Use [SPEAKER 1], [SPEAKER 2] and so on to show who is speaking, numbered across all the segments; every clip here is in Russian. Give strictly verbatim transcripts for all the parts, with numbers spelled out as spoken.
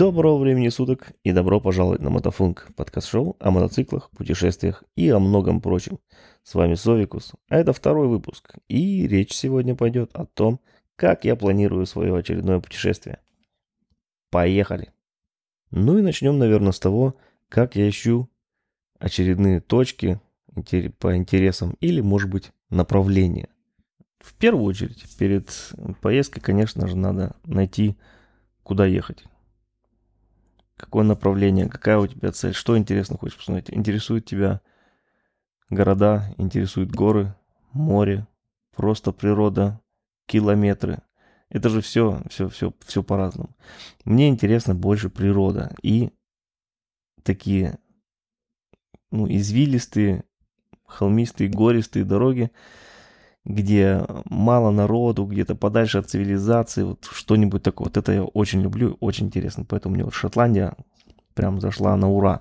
[SPEAKER 1] Доброго времени суток и добро пожаловать на Мотофунк, подкаст-шоу о мотоциклах, путешествиях и о многом прочем. С вами Совикус, а это второй выпуск, и речь сегодня пойдет о том, как я планирую свое очередное путешествие. Поехали! Ну и начнем, наверное, с того, как я ищу очередные точки по интересам или, может быть, направления. В первую очередь, перед поездкой, конечно же, надо найти, куда ехать. Какое направление, какая у тебя цель, что интересно хочешь посмотреть. Интересует тебя города, интересуют горы, море, просто природа, километры. Это же все, все, все, все по-разному. Мне интересна больше природа и такие, ну, извилистые, холмистые, гористые дороги, где мало народу, где-то подальше от цивилизации, вот что-нибудь такое. Вот это я очень люблю, очень интересно. Поэтому мне вот Шотландия прям зашла на ура.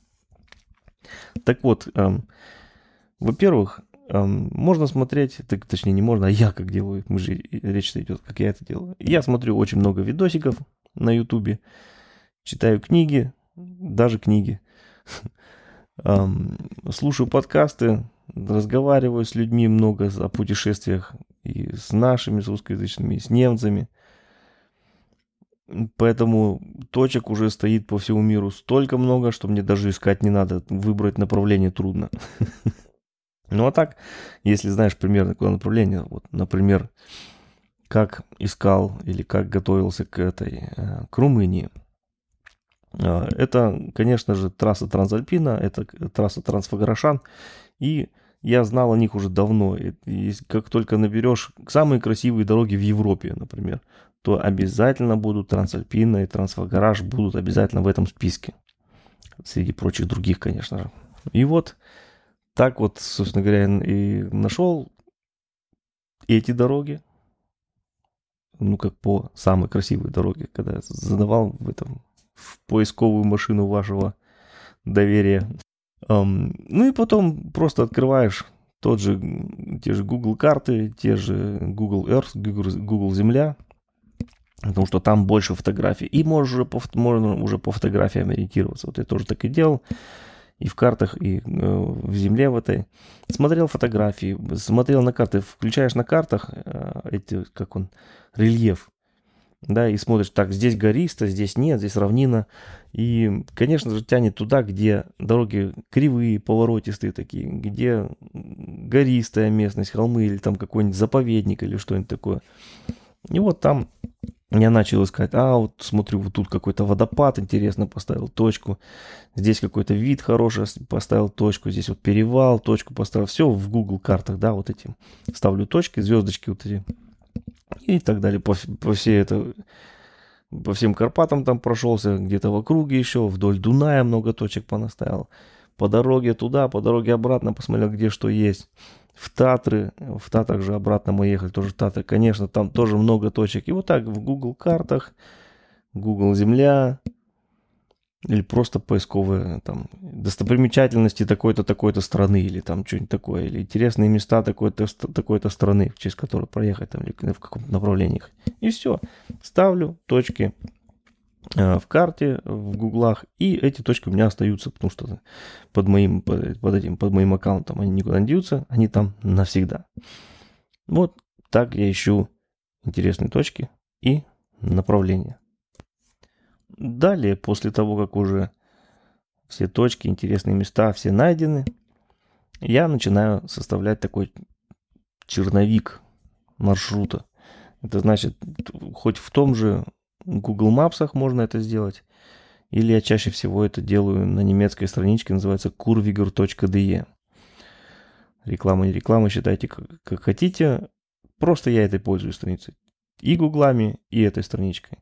[SPEAKER 1] Так вот, эм, во-первых, эм, можно смотреть, так, точнее не можно, а я как делаю, мы же, речь идет, как я это делаю. Я смотрю очень много видосиков на ютубе, читаю книги, даже книги, эм, слушаю подкасты, разговариваю с людьми много о путешествиях и с нашими, с русскоязычными, и с немцами. Поэтому точек уже стоит по всему миру столько много, что мне даже искать не надо, выбрать направление трудно. Ну а так, если знаешь примерно какое направление, вот, например, как искал или как готовился к этой, к Румынии. Это, конечно же, трасса Трансальпина, это трасса Трансфагорашан, и я знал о них уже давно. И как только наберешь самые красивые дороги в Европе, например, то обязательно будут Трансальпина и Трансфагораш будут обязательно в этом списке. Среди прочих других, конечно же. И вот так вот, собственно говоря, и нашел эти дороги. Ну, как по самой красивой дороге, когда я задавал в этом в поисковую машину вашего доверия. Um, ну и потом просто открываешь тот же, те же Google карты, те же Google Earth, Google, Google Земля, потому что там больше фотографий. И можешь уже по, можно уже по фотографиям ориентироваться. Вот я тоже так и делал. И в картах, и э, в Земле в этой. Смотрел фотографии, смотрел на карты. Включаешь на картах э, эти, как он, рельеф. Да, и смотришь, так, здесь гористо, здесь нет, здесь равнина. И, конечно же, тянет туда, где дороги кривые, поворотистые такие, где гористая местность, холмы или там какой-нибудь заповедник или что-нибудь такое. И вот там я начал искать, а вот смотрю, вот тут какой-то водопад, интересно, поставил точку. Здесь какой-то вид хороший, поставил точку. Здесь вот перевал, точку поставил. Все в Google картах, да, вот эти. Ставлю точки, звездочки вот эти. И так далее, по, по всей это, по всем Карпатам там прошелся, где-то в округе еще, вдоль Дуная много точек понаставил. По дороге туда, по дороге обратно посмотрел, где что есть. В Татры, в Татрах же обратно мы ехали, тоже Татры, конечно, там тоже много точек. И вот так в Google картах, Google Земля, или просто поисковые там достопримечательности такой-то, такой-то страны, или там что-нибудь такое, или интересные места такой-то, такой-то страны, через которую проехать там, или в каком-то направлении. И все. Ставлю точки э, в карте, в гуглах, и эти точки у меня остаются, потому что под моим, под, под этим, под моим аккаунтом они никуда не деются, они там навсегда. Вот так я ищу интересные точки и направления. Далее, после того, как уже все точки, интересные места, все найдены, я начинаю составлять такой черновик маршрута. Это значит, хоть в том же Google Maps можно это сделать, или я чаще всего это делаю на немецкой страничке, называется kurviger точка de. Реклама, не реклама, считайте как, как хотите. Просто я этой пользуюсь страницей. И гуглами, и этой страничкой.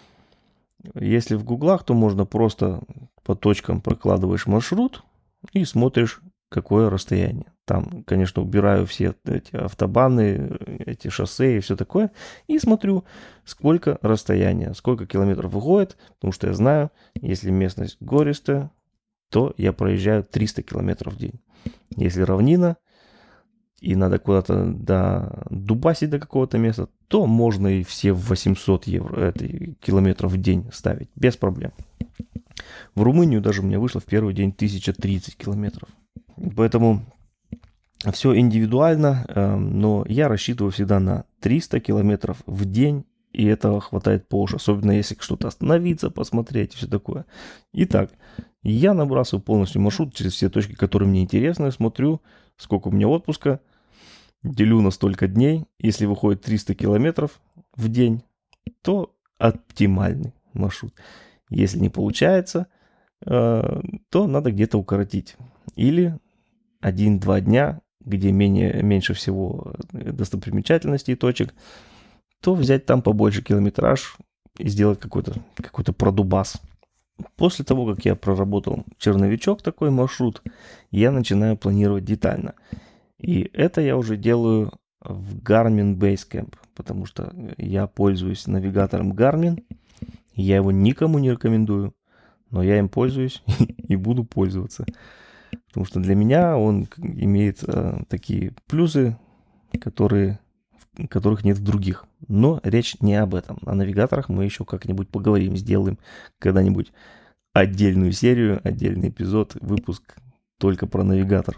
[SPEAKER 1] Если в гуглах, то можно просто по точкам прокладываешь маршрут и смотришь, какое расстояние. Там, конечно, убираю все эти автобаны, эти шоссе и все такое. И смотрю, сколько расстояния, сколько километров выходит. Потому что я знаю, если местность гористая, то я проезжаю триста километров в день. Если равнина, и надо куда-то до дубасить до какого-то места, то можно и все восемьсот евро, это, километров в день ставить, без проблем. В Румынию даже у меня вышло в первый день тысяча тридцать километров. Поэтому все индивидуально, но я рассчитываю всегда на триста километров в день, и этого хватает по уши, особенно если что-то остановиться, посмотреть и все такое. Итак, я набрасываю полностью маршрут через все точки, которые мне интересны, смотрю, сколько у меня отпуска, делю на столько дней. Если выходит триста километров в день, то оптимальный маршрут. Если не получается, то надо где-то укоротить. Или один-два дня, где менее, меньше всего достопримечательностей и точек, то взять там побольше километраж и сделать какой-то, какой-то продубас. После того, как я проработал черновичок, такой маршрут, я начинаю планировать детально. И это я уже делаю в Garmin Basecamp, потому что я пользуюсь навигатором Garmin. Я его никому не рекомендую, но я им пользуюсь и буду пользоваться. Потому что для меня он имеет э, такие плюсы, которые, которых нет в других. Но речь не об этом. О навигаторах мы еще как-нибудь поговорим, сделаем когда-нибудь отдельную серию, отдельный эпизод, выпуск только про навигатор.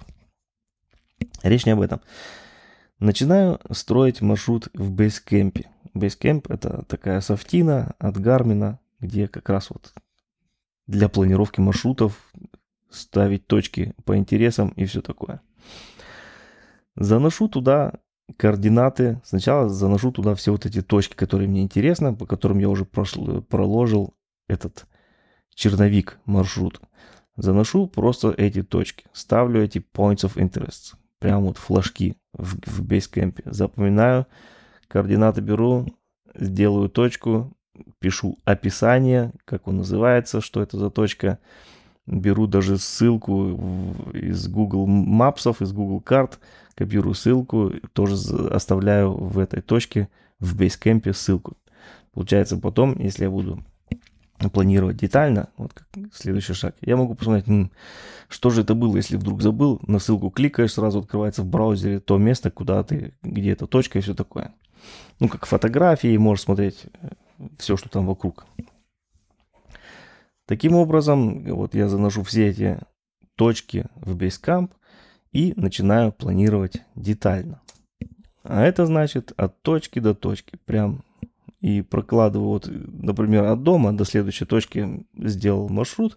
[SPEAKER 1] Речь не об этом. Начинаю строить маршрут в Basecamp. Basecamp — это такая софтина от Garmin, где как раз вот для планировки маршрутов ставить точки по интересам и все такое. Заношу туда координаты. Сначала заношу туда все вот эти точки, которые мне интересны, по которым я уже прошел, проложил этот черновик маршрута. Заношу просто эти точки. Ставлю эти points of interest. Прямо вот флажки в, в Basecamp. Запоминаю, координаты беру, сделаю точку, пишу описание, как он называется, что это за точка. Беру даже ссылку из Google Maps, из Google карт, копирую ссылку, тоже оставляю в этой точке в Basecamp ссылку. Получается, потом, если я буду планировать детально, вот как следующий шаг, я могу посмотреть, м, что же это было, если вдруг забыл, на ссылку кликаешь, сразу открывается в браузере то место, куда ты, где эта точка и все такое. Ну, как фотографии, можешь смотреть все, что там вокруг. Таким образом, вот я заношу все эти точки в Basecamp и начинаю планировать детально. А это значит от точки до точки. Прям и прокладываю, вот, например, от дома до следующей точки сделал маршрут.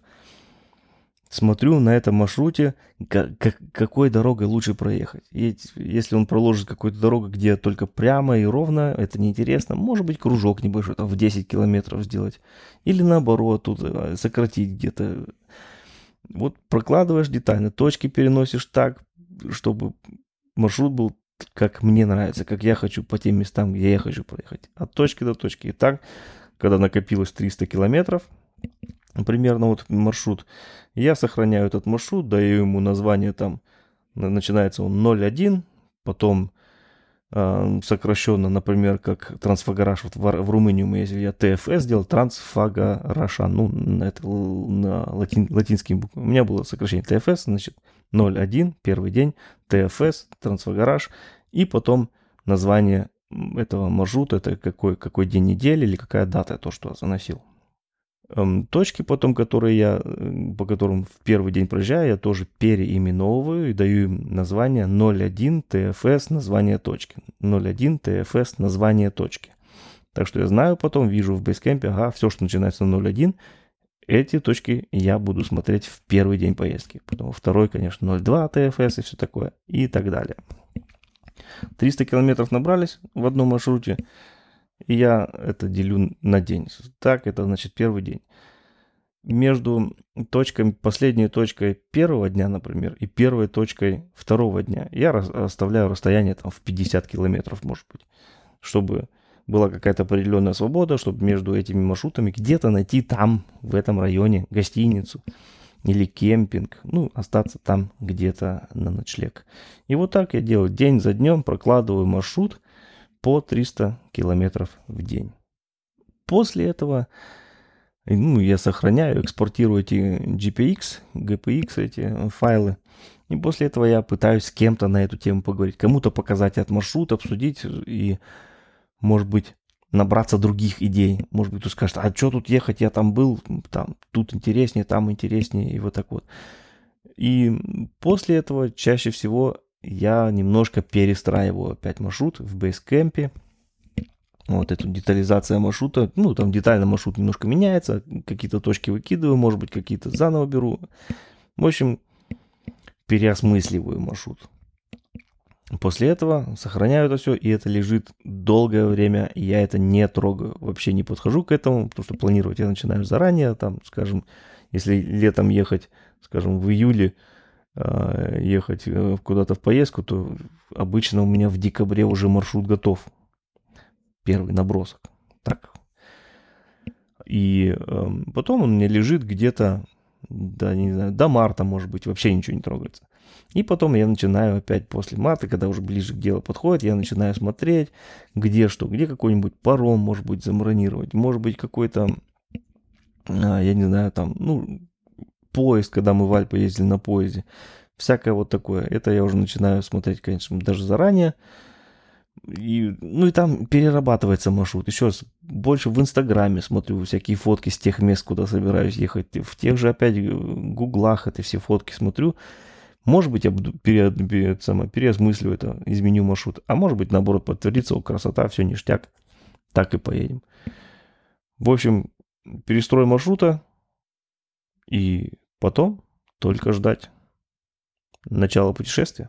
[SPEAKER 1] Смотрю на этом маршруте, как, как, какой дорогой лучше проехать. И если он проложит какую-то дорогу, где только прямо и ровно, это неинтересно. Может быть, кружок небольшой, там в десять километров сделать. Или наоборот, тут сократить где-то. Вот прокладываешь детально, точки переносишь так, чтобы маршрут был как мне нравится, как я хочу, по тем местам, где я хочу проехать. От точки до точки. И так, когда накопилось триста километров, примерно вот маршрут, я сохраняю этот маршрут, даю ему название, там начинается он ноль один, потом э, сокращенно, например, как Трансфагараш, вот в, в Румынию мы ездили, я ТФС сделал, Трансфагарашан, ну, это на латин, латинские буквы. У меня было сокращение ТФС, значит, ноль один, первый день, ТФС, Трансфагараш, и потом название этого маршрута, это какой, какой день недели или какая дата, то, что я заносил. Точки потом, которые я, по которым в первый день проезжаю, я тоже переименовываю и даю им название ноль один ТФС название точки. ноль один ТФС название точки. Так что я знаю потом, вижу в Basecamp, ага, все, что начинается на ноль один, эти точки я буду смотреть в первый день поездки. Потом второй, конечно, ноль два ТФС и все такое, и так далее. триста километров набрались в одном маршруте. И я это делю на день. Так, это значит первый день. Между точками, последней точкой первого дня, например, и первой точкой второго дня я оставляю расстояние там в пятьдесят километров, может быть, чтобы была какая-то определенная свобода, чтобы между этими маршрутами где-то найти там, в этом районе, гостиницу или кемпинг, ну, остаться там где-то на ночлег. И вот так я делаю день за днем, прокладываю маршрут по триста километров в день. После этого, ну, я сохраняю, экспортирую эти джи пи экс, джи пи экс эти файлы И после этого я пытаюсь с кем-то на эту тему поговорить. Кому-то показать этот маршрут, обсудить и, может быть, набраться других идей. Может быть, кто скажет, а что тут ехать, я там был, там, тут интереснее, там интереснее, и вот так вот. И после этого чаще всего я немножко перестраиваю опять маршрут в бейскэмпе. Вот эту детализация маршрута, ну, там детально маршрут немножко меняется, какие-то точки выкидываю, может быть, какие-то заново беру. В общем, переосмысливаю маршрут. После этого сохраняю это все, и это лежит долгое время, и я это не трогаю, вообще не подхожу к этому, потому что планировать я начинаю заранее, там, скажем, если летом ехать, скажем, в июле, э, ехать куда-то в поездку, то обычно у меня в декабре уже маршрут готов. Первый набросок. Так. И э, потом он мне лежит где-то, да, не знаю, до марта, может быть, вообще ничего не трогается. И потом я начинаю опять после марта, когда уже ближе к делу подходит, я начинаю смотреть, где что, где какой-нибудь паром, может быть, забронировать, может быть, какой-то, а, я не знаю, там, ну, поезд, когда мы в Альпы ездили на поезде. Всякое вот такое. Это я уже начинаю смотреть, конечно, даже заранее. И, ну и там перерабатывается маршрут. Еще раз, больше в Инстаграме смотрю всякие фотки с тех мест, куда собираюсь ехать. В тех же опять гуглах это все фотки смотрю. Может быть, я буду пере, пере, само, переосмыслю это, изменю маршрут. А может быть, наоборот, подтвердится, о, красота, все ништяк. Так и поедем. В общем, перестрой маршрута. И потом только ждать начала путешествия.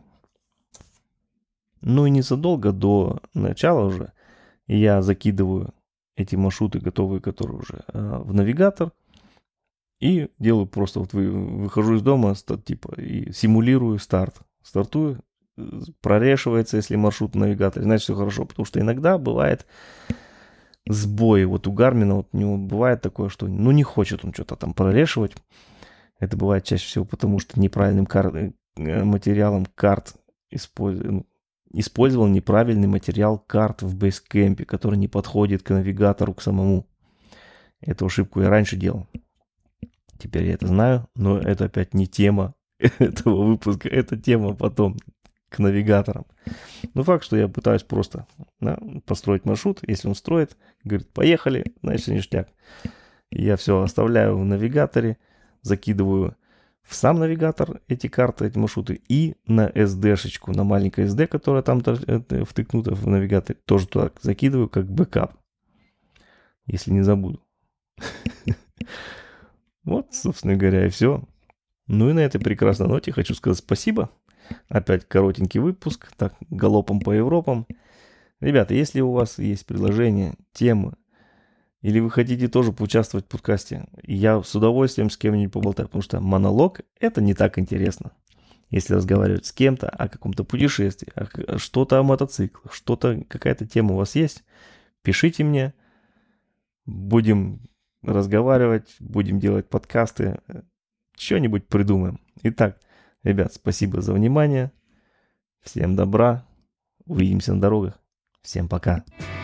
[SPEAKER 1] Ну и незадолго до начала уже я закидываю эти маршруты готовые, которые уже э, в навигатор. И делаю просто, вот вы, выхожу из дома, типа, и симулирую старт. Стартую, прорешивается, если маршрут в навигаторе, значит все хорошо. Потому что иногда бывает сбои. Вот у Гармина, вот у него бывает такое, что ну не хочет он что-то там прорешивать. Это бывает чаще всего потому, что неправильным кар... материалом карт используем. Использовал неправильный материал карт в бейскэмпе, который не подходит к навигатору, к самому. Эту ошибку я раньше делал. Теперь я это знаю, но это опять не тема этого выпуска. Это тема потом к навигаторам. Но факт, что я пытаюсь просто да, построить маршрут. Если он строит, говорит, поехали, значит ништяк. Я все оставляю в навигаторе, закидываю в сам навигатор эти карты, эти маршруты, и на эс ди-шечку, на маленькой эс ди, которая там втыкнута в навигаторе, тоже туда закидываю как бэкап, если не забуду. Вот, собственно говоря, и все. Ну и на этой прекрасной ноте хочу сказать спасибо. Опять коротенький выпуск, так, галопом по Европам. Ребята, если у вас есть предложения, темы, или вы хотите тоже поучаствовать в подкасте, я с удовольствием с кем-нибудь поболтаю, потому что монолог – это не так интересно. Если разговаривать с кем-то о каком-то путешествии, о, что-то о мотоциклах, что-то, какая-то тема у вас есть, пишите мне, будем разговаривать, будем делать подкасты, что-нибудь придумаем. Итак, ребят, спасибо за внимание, всем добра, увидимся на дорогах, всем пока.